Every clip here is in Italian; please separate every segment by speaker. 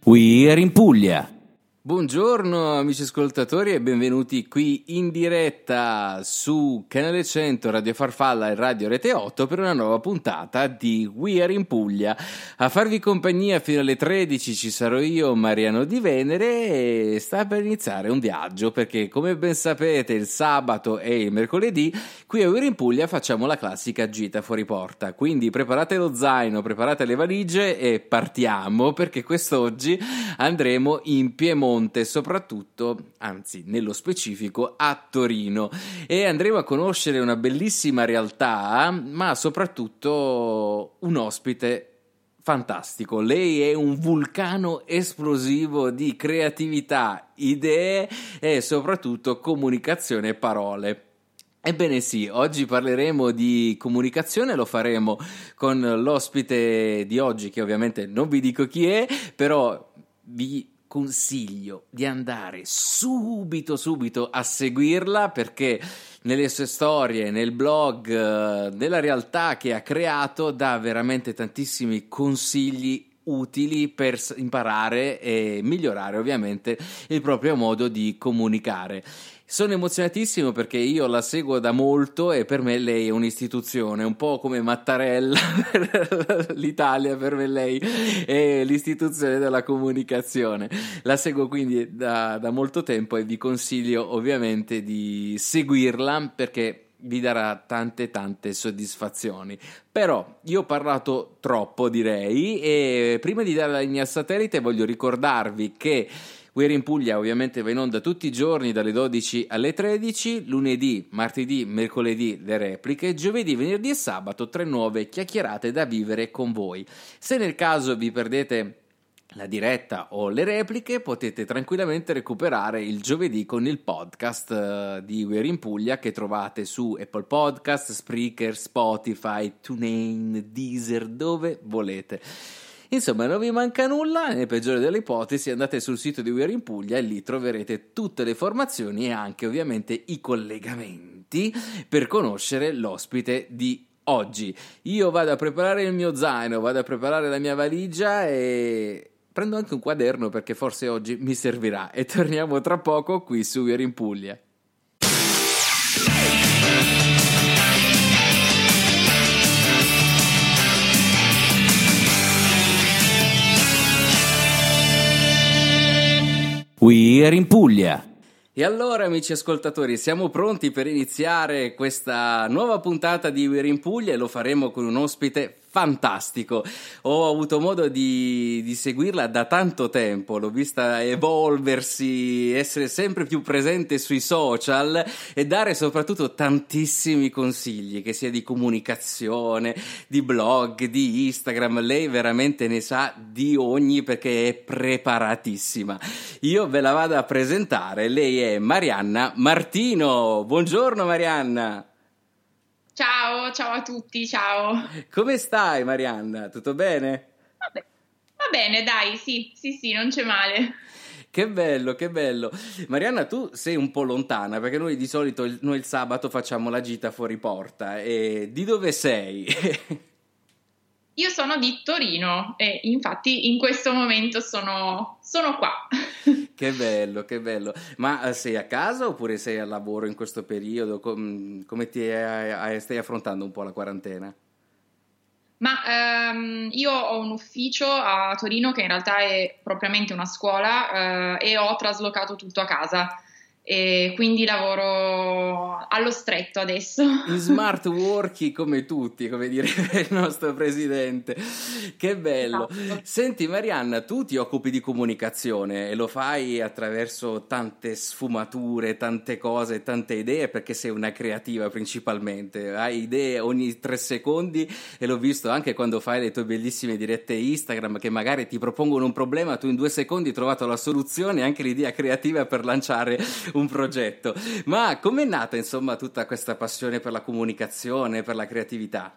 Speaker 1: We Are in Puglia.
Speaker 2: Buongiorno amici ascoltatori e benvenuti qui in diretta su Canale 100, Radio Farfalla e Radio Rete 8 per una nuova puntata di We Are in Puglia. A farvi compagnia fino alle 13 ci sarò io, Mariano Di Venere, e sta per iniziare un viaggio perché, come ben sapete, il sabato e il mercoledì qui a We Are in Puglia facciamo la classica gita fuori porta. Quindi preparate lo zaino, preparate le valigie e partiamo, perché quest'oggi andremo in Piemonte, soprattutto, anzi nello specifico a Torino, e andremo a conoscere una bellissima realtà, ma soprattutto un ospite fantastico. Lei è un vulcano esplosivo di creatività, idee e soprattutto comunicazione e parole. Ebbene sì, oggi parleremo di comunicazione, lo faremo con l'ospite di oggi, che ovviamente non vi dico chi è, però vi consiglio di andare subito a seguirla, perché nelle sue storie, nel blog, nella realtà che ha creato, dà veramente tantissimi consigli utili per imparare e migliorare ovviamente il proprio modo di comunicare. Sono emozionatissimo perché io la seguo da molto e per me lei è un'istituzione, un po' come Mattarella per l'Italia. Per me lei è l'istituzione della comunicazione. La seguo quindi da molto tempo e vi consiglio ovviamente di seguirla, perché vi darà tante soddisfazioni. Però io ho parlato troppo, direi, e prima di dare la linea satellite voglio ricordarvi che We Are in Puglia ovviamente va in onda tutti i giorni dalle 12 alle 13, lunedì, martedì, mercoledì le repliche, giovedì, venerdì e sabato 3 nuove chiacchierate da vivere con voi. Se nel caso vi perdete la diretta o le repliche, potete tranquillamente recuperare il giovedì con il podcast di We Are in Puglia, che trovate su Apple Podcast, Spreaker, Spotify, TuneIn, Deezer, dove volete. Insomma, non vi manca nulla, nel peggiore delle ipotesi andate sul sito di We Are in Puglia e lì troverete tutte le informazioni e anche ovviamente i collegamenti per conoscere l'ospite di oggi. Io vado a preparare il mio zaino, vado a preparare la mia valigia e prendo anche un quaderno, perché forse oggi mi servirà, e torniamo tra poco qui su We Are in Puglia.
Speaker 1: We Are in Puglia.
Speaker 2: E allora, amici ascoltatori, siamo pronti per iniziare questa nuova puntata di We Are in Puglia, e lo faremo con un ospite fantastico. Ho avuto modo di seguirla da tanto tempo, l'ho vista evolversi, essere sempre più presente sui social e dare soprattutto tantissimi consigli, che sia di comunicazione, di blog, di Instagram. Lei veramente ne sa di ogni, perché è preparatissima. Io ve la vado a presentare, lei è Marianna Martino. Buongiorno Marianna.
Speaker 3: Ciao a tutti, ciao.
Speaker 2: Come stai Marianna? Tutto bene?
Speaker 3: Vabbè, va bene, dai, sì, non c'è male.
Speaker 2: Che bello. Marianna, tu sei un po' lontana, perché noi di solito noi il sabato facciamo la gita fuori porta. E di dove sei?
Speaker 3: Io sono di Torino e infatti in questo momento sono qua.
Speaker 2: Che bello. Ma sei a casa oppure sei al lavoro in questo periodo? Come stai affrontando un po' la quarantena?
Speaker 3: Ma io ho un ufficio a Torino che in realtà è propriamente una scuola e ho traslocato tutto a casa. E quindi lavoro allo stretto adesso.
Speaker 2: In smart working come tutti, come direbbe il nostro presidente. Che bello.
Speaker 3: Esatto.
Speaker 2: Senti Marianna, tu ti occupi di comunicazione e lo fai attraverso tante sfumature, tante cose, tante idee, perché sei una creativa principalmente. Hai idee ogni 3 secondi e l'ho visto anche quando fai le tue bellissime dirette Instagram, che magari ti propongono un problema, tu in 2 secondi hai trovato la soluzione e anche l'idea creativa per lanciare un progetto. Ma com'è nata insomma tutta questa passione per la comunicazione, per la creatività?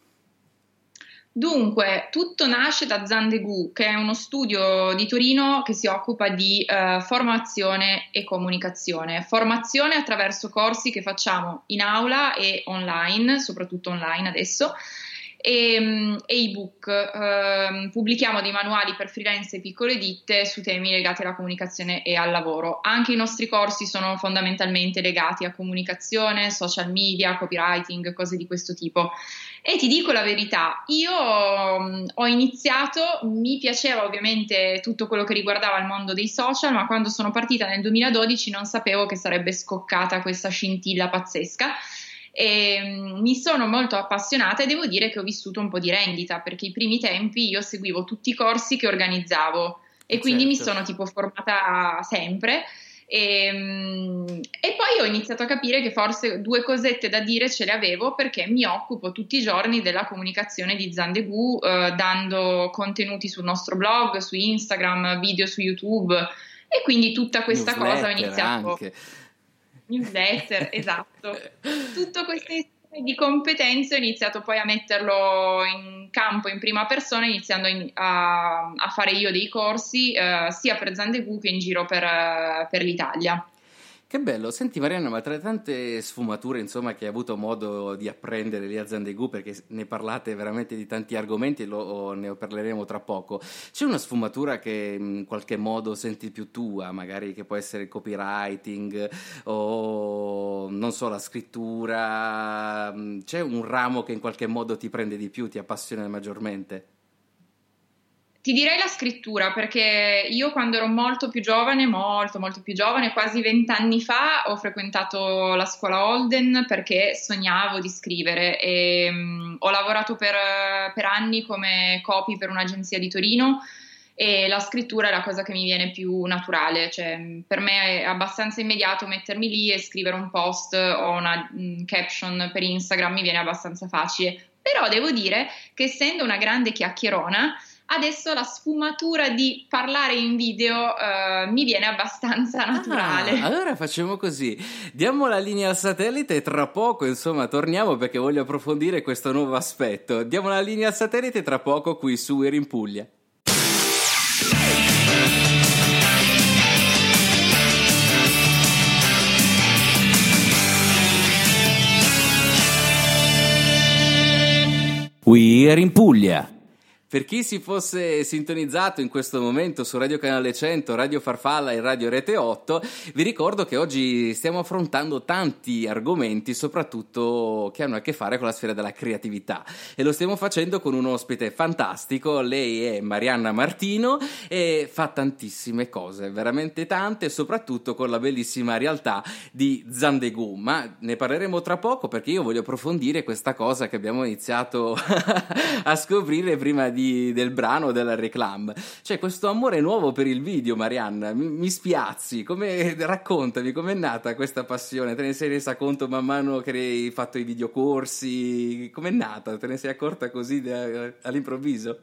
Speaker 3: Dunque, tutto nasce da Zandegù, che è uno studio di Torino che si occupa di formazione e comunicazione. Formazione attraverso corsi che facciamo in aula e online, soprattutto online adesso, e ebook. Pubblichiamo dei manuali per freelance e piccole ditte su temi legati alla comunicazione e al lavoro. Anche i nostri corsi sono fondamentalmente legati a comunicazione, social media, copywriting, cose di questo tipo. E ti dico la verità, io ho iniziato, mi piaceva ovviamente tutto quello che riguardava il mondo dei social, ma quando sono partita nel 2012 non sapevo che sarebbe scoccata questa scintilla pazzesca. E mi sono molto appassionata e devo dire che ho vissuto un po' di rendita, perché i primi tempi io seguivo tutti i corsi che organizzavo e quindi mi sono tipo formata sempre e poi ho iniziato a capire che forse 2 cosette da dire ce le avevo, perché mi occupo tutti i giorni della comunicazione di Zandegù, dando contenuti sul nostro blog, su Instagram, video su YouTube, e quindi tutta questa cosa ho iniziato
Speaker 2: anche.
Speaker 3: Newsletter, esatto. Tutto questo insieme di competenze ho iniziato poi a metterlo in campo in prima persona, iniziando a fare io dei corsi sia per Zandegù che in giro per l'Italia.
Speaker 2: Che bello, senti Marianna, ma tra le tante sfumature insomma che hai avuto modo di apprendere lì a Zandegù, perché ne parlate veramente di tanti argomenti e ne parleremo tra poco, c'è una sfumatura che in qualche modo senti più tua, magari che può essere il copywriting o non so, la scrittura, c'è un ramo che in qualche modo ti prende di più, ti appassiona maggiormente?
Speaker 3: Ti direi la scrittura, perché io quando ero molto più giovane, quasi 20 anni fa, ho frequentato la scuola Holden perché sognavo di scrivere e ho lavorato per anni come copy per un'agenzia di Torino, e la scrittura è la cosa che mi viene più naturale, cioè per me è abbastanza immediato mettermi lì e scrivere un post o una caption per Instagram, mi viene abbastanza facile. Però devo dire che, essendo una grande chiacchierona, adesso la sfumatura di parlare in video mi viene abbastanza naturale.
Speaker 2: Allora facciamo così, diamo la linea al satellite e tra poco insomma torniamo, perché voglio approfondire questo nuovo aspetto. Diamo la linea al satellite tra poco qui su We Are in Puglia.
Speaker 1: We Are in Puglia.
Speaker 2: Per chi si fosse sintonizzato in questo momento su Radio Canale 100, Radio Farfalla e Radio Rete 8, vi ricordo che oggi stiamo affrontando tanti argomenti, soprattutto che hanno a che fare con la sfera della creatività, e lo stiamo facendo con un ospite fantastico. Lei è Marianna Martino e fa tantissime cose, veramente tante, soprattutto con la bellissima realtà di Zandegù, ma ne parleremo tra poco, perché io voglio approfondire questa cosa che abbiamo iniziato a scoprire prima del brano della reclam, cioè questo amore nuovo per il video. Marianna, mi spiazzi, raccontami com'è nata questa passione, te ne sei resa conto man mano che hai fatto i videocorsi, com'è nata, te ne sei accorta così all'improvviso?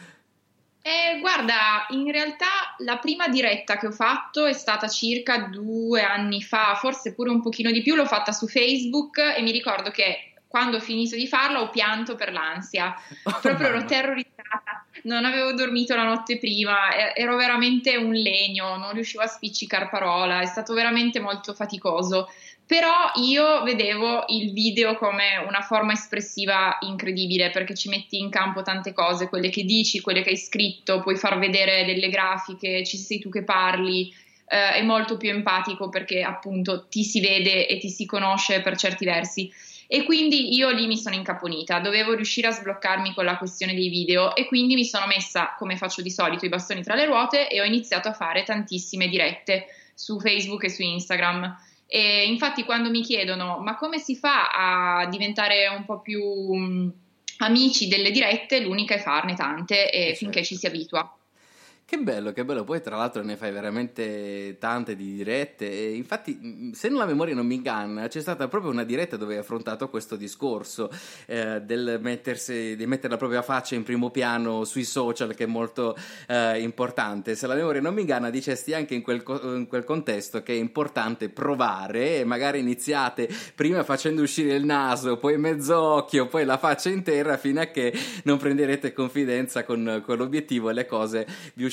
Speaker 3: Guarda, in realtà la prima diretta che ho fatto è stata circa 2 anni fa, forse pure un pochino di più, l'ho fatta su Facebook e mi ricordo che quando ho finito di farla ho pianto per l'ansia, proprio ero terrorizzata, non avevo dormito la notte prima, ero veramente un legno, non riuscivo a spiccicar parola, è stato veramente molto faticoso, però io vedevo il video come una forma espressiva incredibile, perché ci metti in campo tante cose, quelle che dici, quelle che hai scritto, puoi far vedere delle grafiche, ci sei tu che parli, è molto più empatico perché appunto ti si vede e ti si conosce per certi versi. E quindi io lì mi sono incaponita, dovevo riuscire a sbloccarmi con la questione dei video, e quindi mi sono messa, come faccio di solito, i bastoni tra le ruote e ho iniziato a fare tantissime dirette su Facebook e su Instagram. E infatti quando mi chiedono ma come si fa a diventare un po' più amici delle dirette, l'unica è farne tante e finché ci si abitua.
Speaker 2: Che bello, poi tra l'altro ne fai veramente tante di dirette, e infatti se la memoria non mi inganna c'è stata proprio una diretta dove hai affrontato questo discorso di mettere la propria faccia in primo piano sui social, che è molto importante. Se la memoria non mi inganna dicesti anche in quel contesto che è importante provare, e magari iniziate prima facendo uscire il naso, poi mezz'occhio, poi la faccia intera, fino a che non prenderete confidenza con l'obiettivo e le cose vi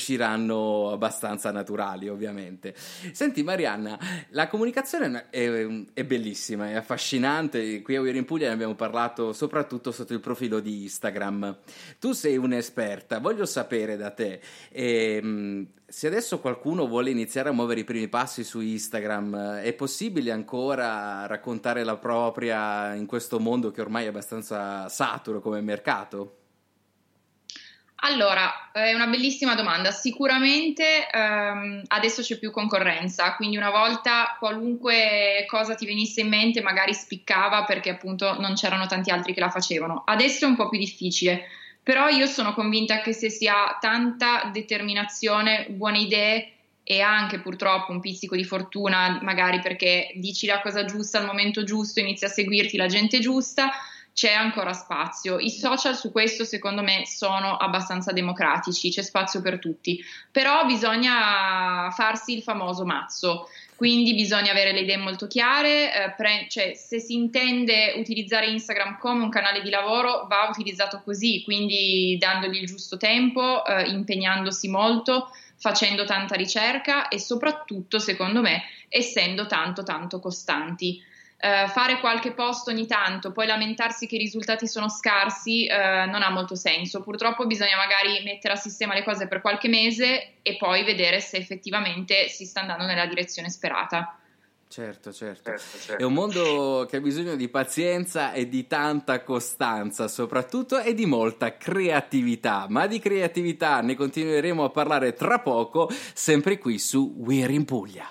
Speaker 2: usciranno abbastanza naturali, ovviamente. Senti Marianna, la comunicazione è bellissima, è affascinante. Qui a We Are in Puglia ne abbiamo parlato soprattutto sotto il profilo di Instagram. Tu sei un'esperta, voglio sapere da te, se adesso qualcuno vuole iniziare a muovere i primi passi su Instagram, è possibile ancora raccontare la propria in questo mondo che ormai è abbastanza saturo come mercato?
Speaker 3: Allora, è una bellissima domanda. Sicuramente adesso c'è più concorrenza, quindi una volta qualunque cosa ti venisse in mente magari spiccava perché appunto non c'erano tanti altri che la facevano. Adesso è un po' più difficile, però io sono convinta che se si ha tanta determinazione, buone idee e anche purtroppo un pizzico di fortuna, magari perché dici la cosa giusta al momento giusto, inizia a seguirti la gente giusta, c'è ancora spazio. I social su questo secondo me sono abbastanza democratici, c'è spazio per tutti, però bisogna farsi il famoso mazzo, quindi bisogna avere le idee molto chiare, cioè se si intende utilizzare Instagram come un canale di lavoro va utilizzato così, quindi dandogli il giusto tempo, impegnandosi molto, facendo tanta ricerca e soprattutto secondo me essendo tanto costanti. Fare qualche post ogni tanto, poi lamentarsi che i risultati sono scarsi, non ha molto senso. Purtroppo bisogna magari mettere a sistema le cose per qualche mese e poi vedere se effettivamente si sta andando nella direzione sperata.
Speaker 2: Certo. È un mondo che ha bisogno di pazienza e di tanta costanza soprattutto e di molta creatività, ma di creatività ne continueremo a parlare tra poco, sempre qui su We Are in Puglia.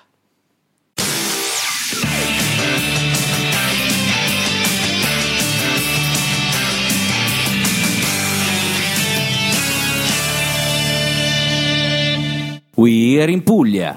Speaker 1: We Are in Puglia.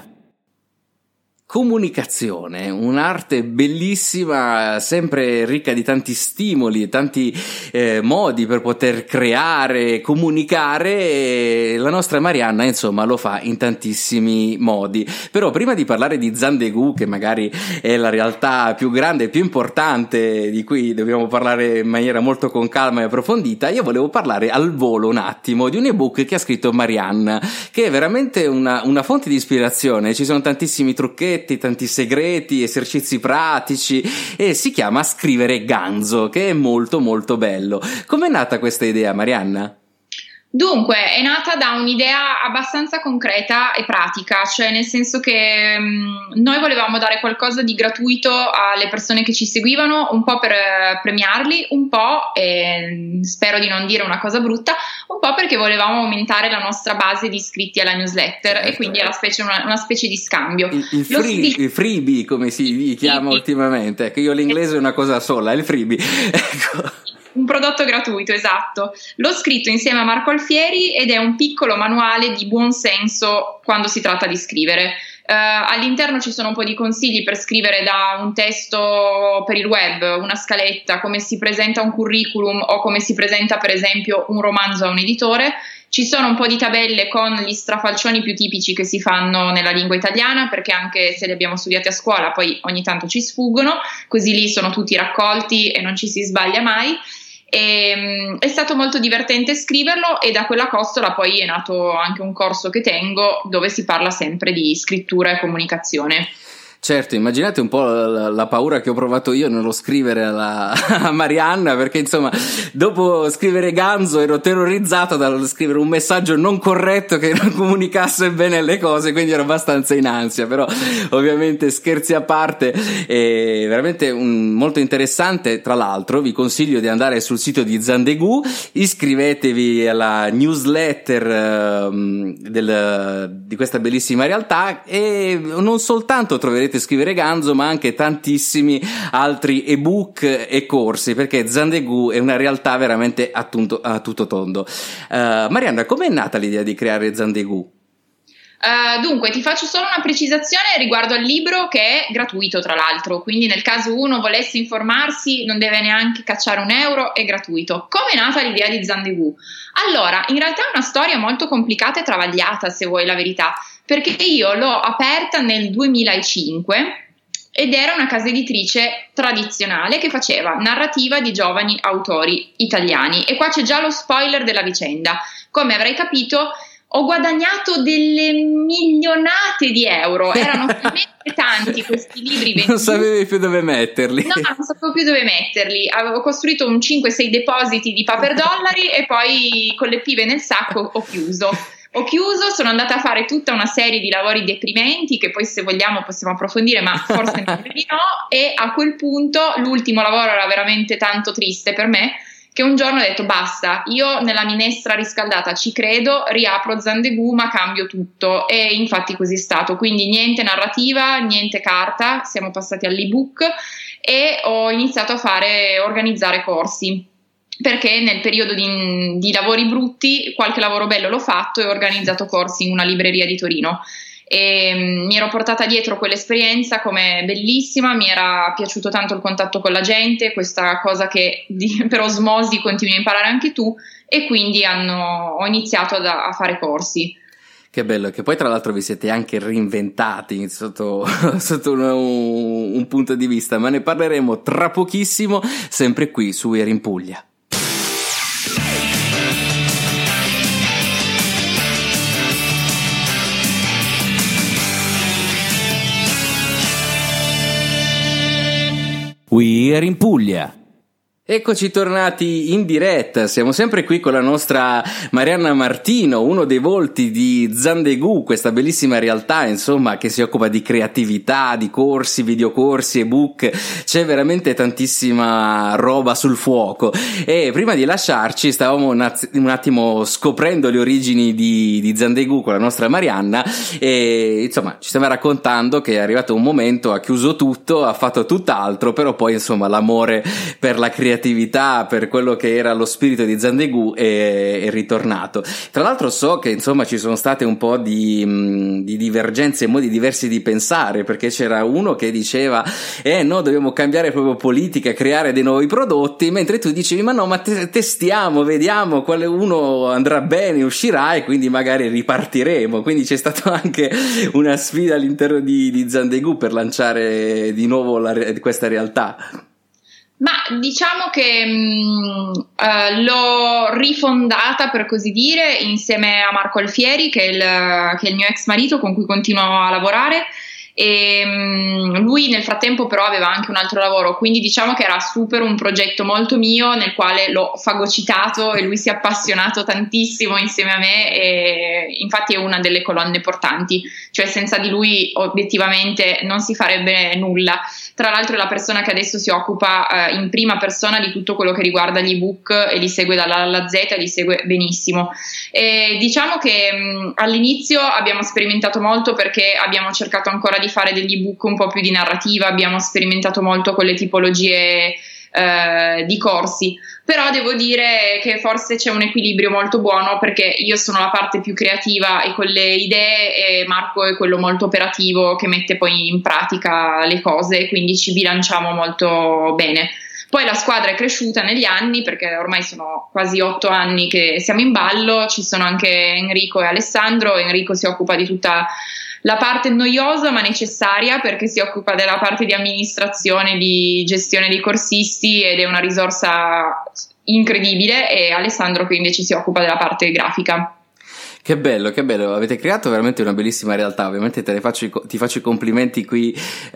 Speaker 2: Comunicazione, un'arte bellissima, sempre ricca di tanti stimoli e tanti modi per poter creare, comunicare, e la nostra Marianna insomma lo fa in tantissimi modi. Però prima di parlare di Zandegù, che magari è la realtà più grande e più importante di cui dobbiamo parlare in maniera molto con calma e approfondita, io volevo parlare al volo un attimo di un ebook che ha scritto Marianna, che è veramente una fonte di ispirazione. Ci sono tantissimi trucchetti, tanti segreti, esercizi pratici, e si chiama Scrivere Ganzo, che è molto bello. Com'è nata questa idea, Marianna?
Speaker 3: Dunque, è nata da un'idea abbastanza concreta e pratica, cioè nel senso che noi volevamo dare qualcosa di gratuito alle persone che ci seguivano, un po' per premiarli, un po', spero di non dire una cosa brutta, un po' perché volevamo aumentare la nostra base di iscritti alla newsletter, certo. E quindi era una specie di scambio.
Speaker 2: Il freebie, come si chiama ultimamente, ecco, io l'inglese è una cosa sola, il freebie. Ecco.
Speaker 3: Un prodotto gratuito, esatto. L'ho scritto insieme a Marco Alfieri ed è un piccolo manuale di buon senso quando si tratta di scrivere. All'interno ci sono un po' di consigli per scrivere da un testo per il web, una scaletta, come si presenta un curriculum o come si presenta per esempio un romanzo a un editore. Ci sono un po' di tabelle con gli strafalcioni più tipici che si fanno nella lingua italiana, perché anche se li abbiamo studiati a scuola poi ogni tanto ci sfuggono, così lì sono tutti raccolti e non ci si sbaglia mai. È stato molto divertente scriverlo e da quella costola poi è nato anche un corso che tengo dove si parla sempre di scrittura e comunicazione.
Speaker 2: Certo, immaginate un po' la paura che ho provato io nello scrivere a Marianna, perché insomma dopo scrivere Ganzo ero terrorizzato dal scrivere un messaggio non corretto che non comunicasse bene le cose, quindi ero abbastanza in ansia. Però ovviamente scherzi a parte, è veramente molto interessante. Tra l'altro vi consiglio di andare sul sito di Zandegù, iscrivetevi alla newsletter di questa bellissima realtà e non soltanto troverete Scrivere Ganzo, ma anche tantissimi altri ebook e corsi, perché Zandegù è una realtà veramente a tutto tondo. Marianna, com'è nata l'idea di creare Zandegù?
Speaker 3: Dunque ti faccio solo una precisazione riguardo al libro, che è gratuito tra l'altro, quindi nel caso uno volesse informarsi non deve neanche cacciare €1, è gratuito. Come è nata l'idea di Zandegù? Allora, in realtà è una storia molto complicata e travagliata, se vuoi la verità, perché io l'ho aperta nel 2005 ed era una casa editrice tradizionale che faceva narrativa di giovani autori italiani, e qua c'è già lo spoiler della vicenda. Come avrai capito, ho guadagnato delle milionate di euro, erano talmente tanti questi libri venduti.
Speaker 2: Non sapevi più dove metterli.
Speaker 3: No, non sapevo più dove metterli, avevo costruito un 5-6 depositi di paper dollari e poi con le pive nel sacco ho chiuso, sono andata a fare tutta una serie di lavori deprimenti che poi se vogliamo possiamo approfondire, ma forse di no, e a quel punto l'ultimo lavoro era veramente tanto triste per me, che un giorno ho detto basta, io nella minestra riscaldata ci credo, riapro Zandegù ma cambio tutto, e infatti così è stato. Quindi niente narrativa, niente carta, siamo passati all'ebook e ho iniziato a organizzare corsi, perché nel periodo di lavori brutti qualche lavoro bello l'ho fatto e ho organizzato corsi in una libreria di Torino. E mi ero portata dietro quell'esperienza come bellissima, mi era piaciuto tanto il contatto con la gente, questa cosa che per osmosi continui a imparare anche tu, e quindi ho iniziato a fare corsi.
Speaker 2: Che bello, che poi tra l'altro vi siete anche reinventati sotto un punto di vista, ma ne parleremo tra pochissimo, sempre qui su We Are in Puglia. We Are in Puglia. Eccoci tornati in diretta, siamo sempre qui con la nostra Marianna Martino, uno dei volti di Zandegù, questa bellissima realtà insomma che si occupa di creatività, di corsi, videocorsi, ebook, c'è veramente tantissima roba sul fuoco. E prima di lasciarci stavamo un attimo scoprendo le origini di Zandegù con la nostra Marianna e insomma ci stava raccontando che è arrivato un momento, ha chiuso tutto, ha fatto tutt'altro, però poi insomma l'amore per la creatività, per quello che era lo spirito di Zandegù è ritornato. Tra l'altro so che insomma ci sono state un po' di divergenze, modi diversi di pensare, perché c'era uno che diceva no, dobbiamo cambiare proprio politica, creare dei nuovi prodotti, mentre tu dicevi ma testiamo, vediamo quale uno andrà bene, uscirà e quindi magari ripartiremo. Quindi c'è stata anche una sfida all'interno di Zandegù per lanciare di nuovo questa realtà.
Speaker 3: Ma diciamo che l'ho rifondata, per così dire, insieme a Marco Alfieri, che è il mio ex marito con cui continuo a lavorare, e lui nel frattempo però aveva anche un altro lavoro, quindi diciamo che era super un progetto molto mio nel quale l'ho fagocitato e lui si è appassionato tantissimo insieme a me, e infatti è una delle colonne portanti, cioè senza di lui obiettivamente non si farebbe nulla. Tra l'altro è la persona che adesso si occupa in prima persona di tutto quello che riguarda gli ebook e li segue dalla A alla Z e li segue benissimo. E diciamo che all'inizio abbiamo sperimentato molto, perché abbiamo cercato ancora di fare degli ebook un po' più di narrativa, abbiamo sperimentato molto con le tipologie di corsi, però devo dire che forse c'è un equilibrio molto buono, perché io sono la parte più creativa e con le idee, e Marco è quello molto operativo che mette poi in pratica le cose, quindi ci bilanciamo molto bene. Poi la squadra è cresciuta negli anni, perché ormai sono quasi 8 anni che siamo in ballo, ci sono anche Enrico e Alessandro. Enrico si occupa di tutta la parte noiosa ma necessaria, perché si occupa della parte di amministrazione, di gestione dei corsisti, ed è una risorsa incredibile, e Alessandro che invece si occupa della parte grafica.
Speaker 2: Che bello, avete creato veramente una bellissima realtà. Ovviamente ti faccio i complimenti qui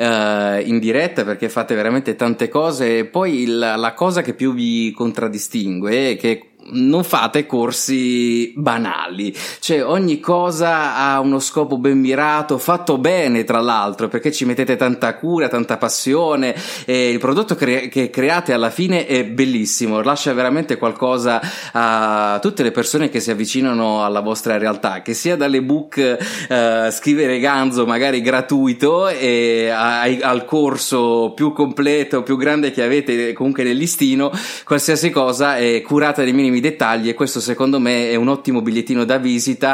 Speaker 2: in diretta, perché fate veramente tante cose, e poi la cosa che più vi contraddistingue è che non fate corsi banali, cioè ogni cosa ha uno scopo ben mirato, fatto bene tra l'altro, perché ci mettete tanta cura, tanta passione, e il prodotto che create alla fine è bellissimo, lascia veramente qualcosa a tutte le persone che si avvicinano alla vostra realtà, che sia dall'ebook scrivere ganzo magari gratuito e al corso più completo, più grande che avete comunque nel listino. Qualsiasi cosa è curata nei minimi dettagli, e questo secondo me è un ottimo bigliettino da visita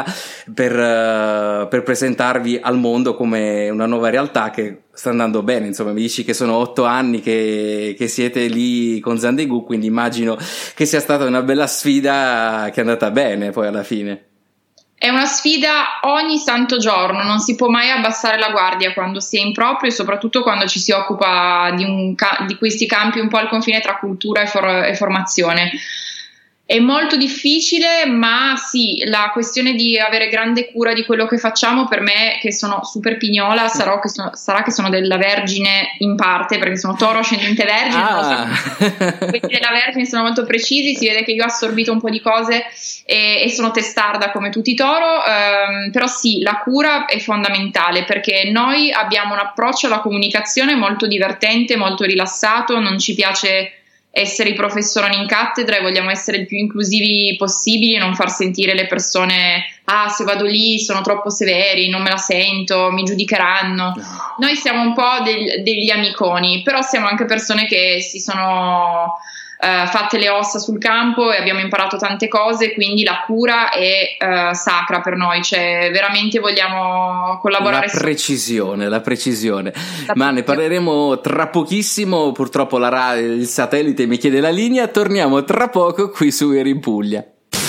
Speaker 2: per presentarvi al mondo come una nuova realtà che sta andando bene. Insomma, mi dici che sono 8 anni che siete lì con Zandegù, quindi immagino che sia stata una bella sfida che è andata bene poi alla fine.
Speaker 3: È una sfida ogni santo giorno, non si può mai abbassare la guardia quando si è in proprio, e soprattutto quando ci si occupa di questi campi un po' al confine tra cultura e formazione. È molto difficile, ma sì, la questione di avere grande cura di quello che facciamo, per me, che sono super pignola, sarà che sono della Vergine in parte, perché sono Toro ascendente Vergine, non lo so. Quelli della Vergine sono molto precisi, si vede che io ho assorbito un po' di cose e sono testarda come tutti i Toro, però sì, la cura è fondamentale, perché noi abbiamo un approccio alla comunicazione molto divertente, molto rilassato, non ci piace essere i professoroni in cattedra e vogliamo essere il più inclusivi possibili e non far sentire le persone se vado lì sono troppo severi, non me la sento, mi giudicheranno. Noi siamo un po' degli amiconi, però siamo anche persone che si sono fatte le ossa sul campo e abbiamo imparato tante cose, quindi la cura è sacra per noi, cioè veramente vogliamo collaborare.
Speaker 2: La precisione. Ma ne parleremo tra pochissimo, purtroppo il satellite mi chiede la linea, torniamo tra poco qui su We Are in Puglia.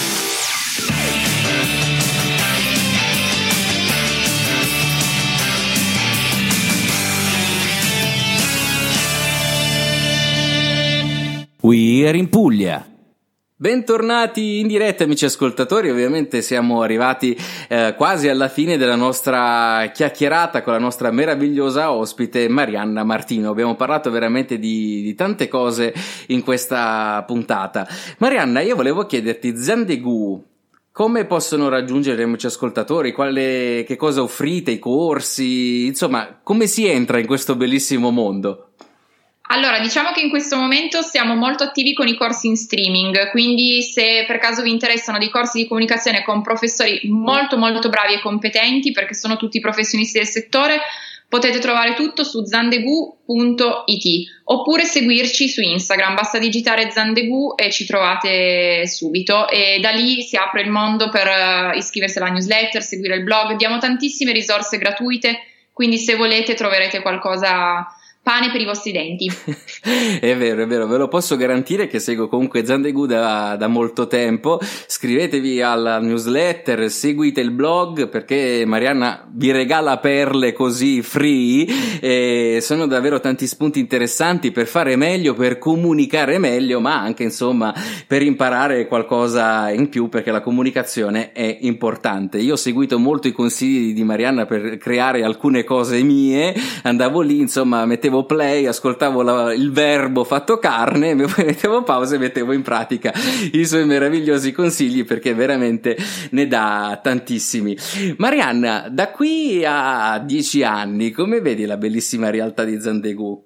Speaker 1: We Are in Puglia.
Speaker 2: Bentornati in diretta, amici ascoltatori. Ovviamente siamo arrivati quasi alla fine della nostra chiacchierata con la nostra meravigliosa ospite Marianna Martino. Abbiamo parlato veramente di tante cose in questa puntata. Marianna, io volevo chiederti, Zandegù, come possono raggiungere gli amici ascoltatori? Che cosa offrite, i corsi? Insomma, come si entra in questo bellissimo mondo?
Speaker 3: Allora, diciamo che in questo momento siamo molto attivi con i corsi in streaming, quindi se per caso vi interessano dei corsi di comunicazione con professori molto molto bravi e competenti, perché sono tutti professionisti del settore, potete trovare tutto su zandegu.it oppure seguirci su Instagram, basta digitare Zandegù e ci trovate subito, e da lì si apre il mondo per iscriversi alla newsletter, seguire il blog. Diamo tantissime risorse gratuite, quindi se volete troverete qualcosa, pane per i vostri denti.
Speaker 2: È vero, ve lo posso garantire che seguo comunque Zandegù da molto tempo. Scrivetevi alla newsletter, seguite il blog, perché Marianna vi regala perle così free e sono davvero tanti spunti interessanti per fare meglio, per comunicare meglio, ma anche insomma per imparare qualcosa in più, perché la comunicazione è importante. Io ho seguito molto i consigli di Marianna per creare alcune cose mie, andavo lì, insomma, mettevo play, ascoltavo il verbo fatto carne, poi mettevo pausa e mettevo in pratica i suoi meravigliosi consigli, perché veramente ne dà tantissimi. Marianna, da qui a 10 anni come vedi la bellissima realtà di Zandegù?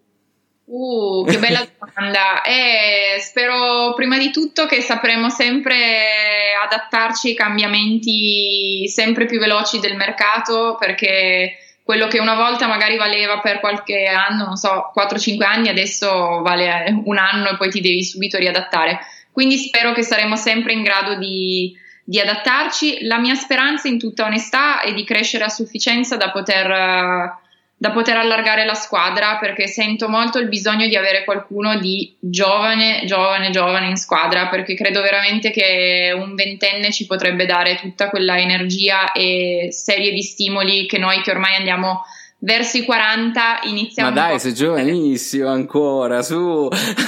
Speaker 3: Che bella domanda. Spero prima di tutto che sapremo sempre adattarci ai cambiamenti sempre più veloci del mercato, perché quello che una volta magari valeva per qualche anno, non so, 4-5 anni, adesso vale un anno e poi ti devi subito riadattare. Quindi spero che saremo sempre in grado di adattarci. La mia speranza, in tutta onestà, è di crescere a sufficienza da poter allargare la squadra, perché sento molto il bisogno di avere qualcuno di giovane in squadra, perché credo veramente che un ventenne ci potrebbe dare tutta quella energia e serie di stimoli che noi, che ormai andiamo verso i 40, iniziamo.
Speaker 2: Ma dai, sei giovanissimo ancora, su.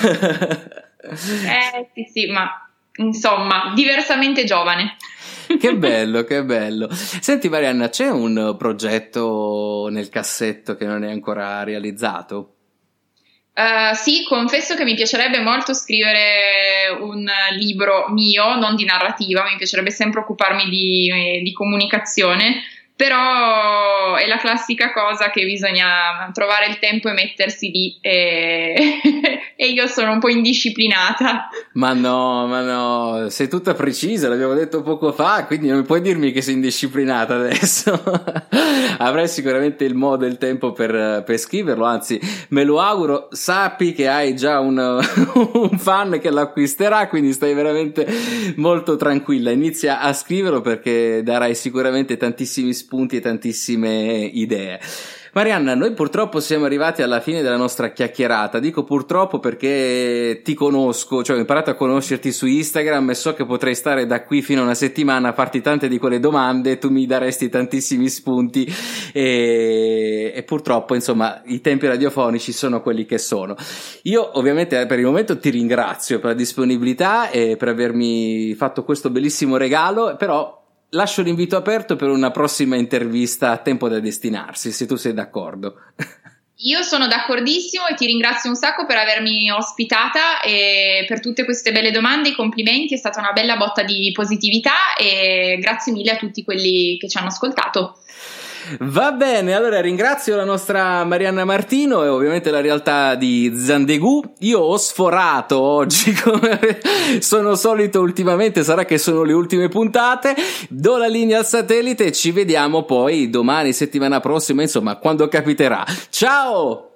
Speaker 3: Sì, ma insomma, diversamente giovane.
Speaker 2: Che bello, che bello. Senti Marianna, c'è un progetto nel cassetto che non è ancora realizzato?
Speaker 3: Sì, confesso che mi piacerebbe molto scrivere un libro mio, non di narrativa, mi piacerebbe sempre occuparmi di comunicazione, però è la classica cosa che bisogna trovare il tempo e mettersi lì e io sono un po' indisciplinata.
Speaker 2: Ma no, sei tutta precisa, l'abbiamo detto poco fa, quindi non puoi dirmi che sei indisciplinata adesso. Avrai sicuramente il modo e il tempo per scriverlo, anzi me lo auguro. Sappi che hai già un fan che lo acquisterà, quindi stai veramente molto tranquilla. Inizia a scriverlo, perché darai sicuramente tantissimi spunti e tantissime idee. Marianna, noi purtroppo siamo arrivati alla fine della nostra chiacchierata. Dico purtroppo perché ti conosco, cioè ho imparato a conoscerti su Instagram e so che potrei stare da qui fino a una settimana a farti tante di quelle domande, tu mi daresti tantissimi spunti e purtroppo, insomma, i tempi radiofonici sono quelli che sono. Io ovviamente per il momento ti ringrazio per la disponibilità e per avermi fatto questo bellissimo regalo, però lascio l'invito aperto per una prossima intervista a tempo da destinarsi, se tu sei d'accordo.
Speaker 3: Io sono d'accordissimo e ti ringrazio un sacco per avermi ospitata e per tutte queste belle domande, i complimenti, è stata una bella botta di positività e grazie mille a tutti quelli che ci hanno ascoltato.
Speaker 2: Va bene, allora ringrazio la nostra Marianna Martino e ovviamente la realtà di Zandegù. Io ho sforato oggi come sono solito ultimamente, sarà che sono le ultime puntate. Do la linea al satellite e ci vediamo poi domani, settimana prossima, insomma, quando capiterà. Ciao!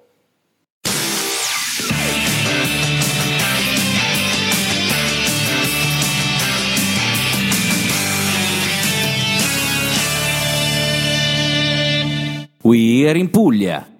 Speaker 1: We Are in Puglia.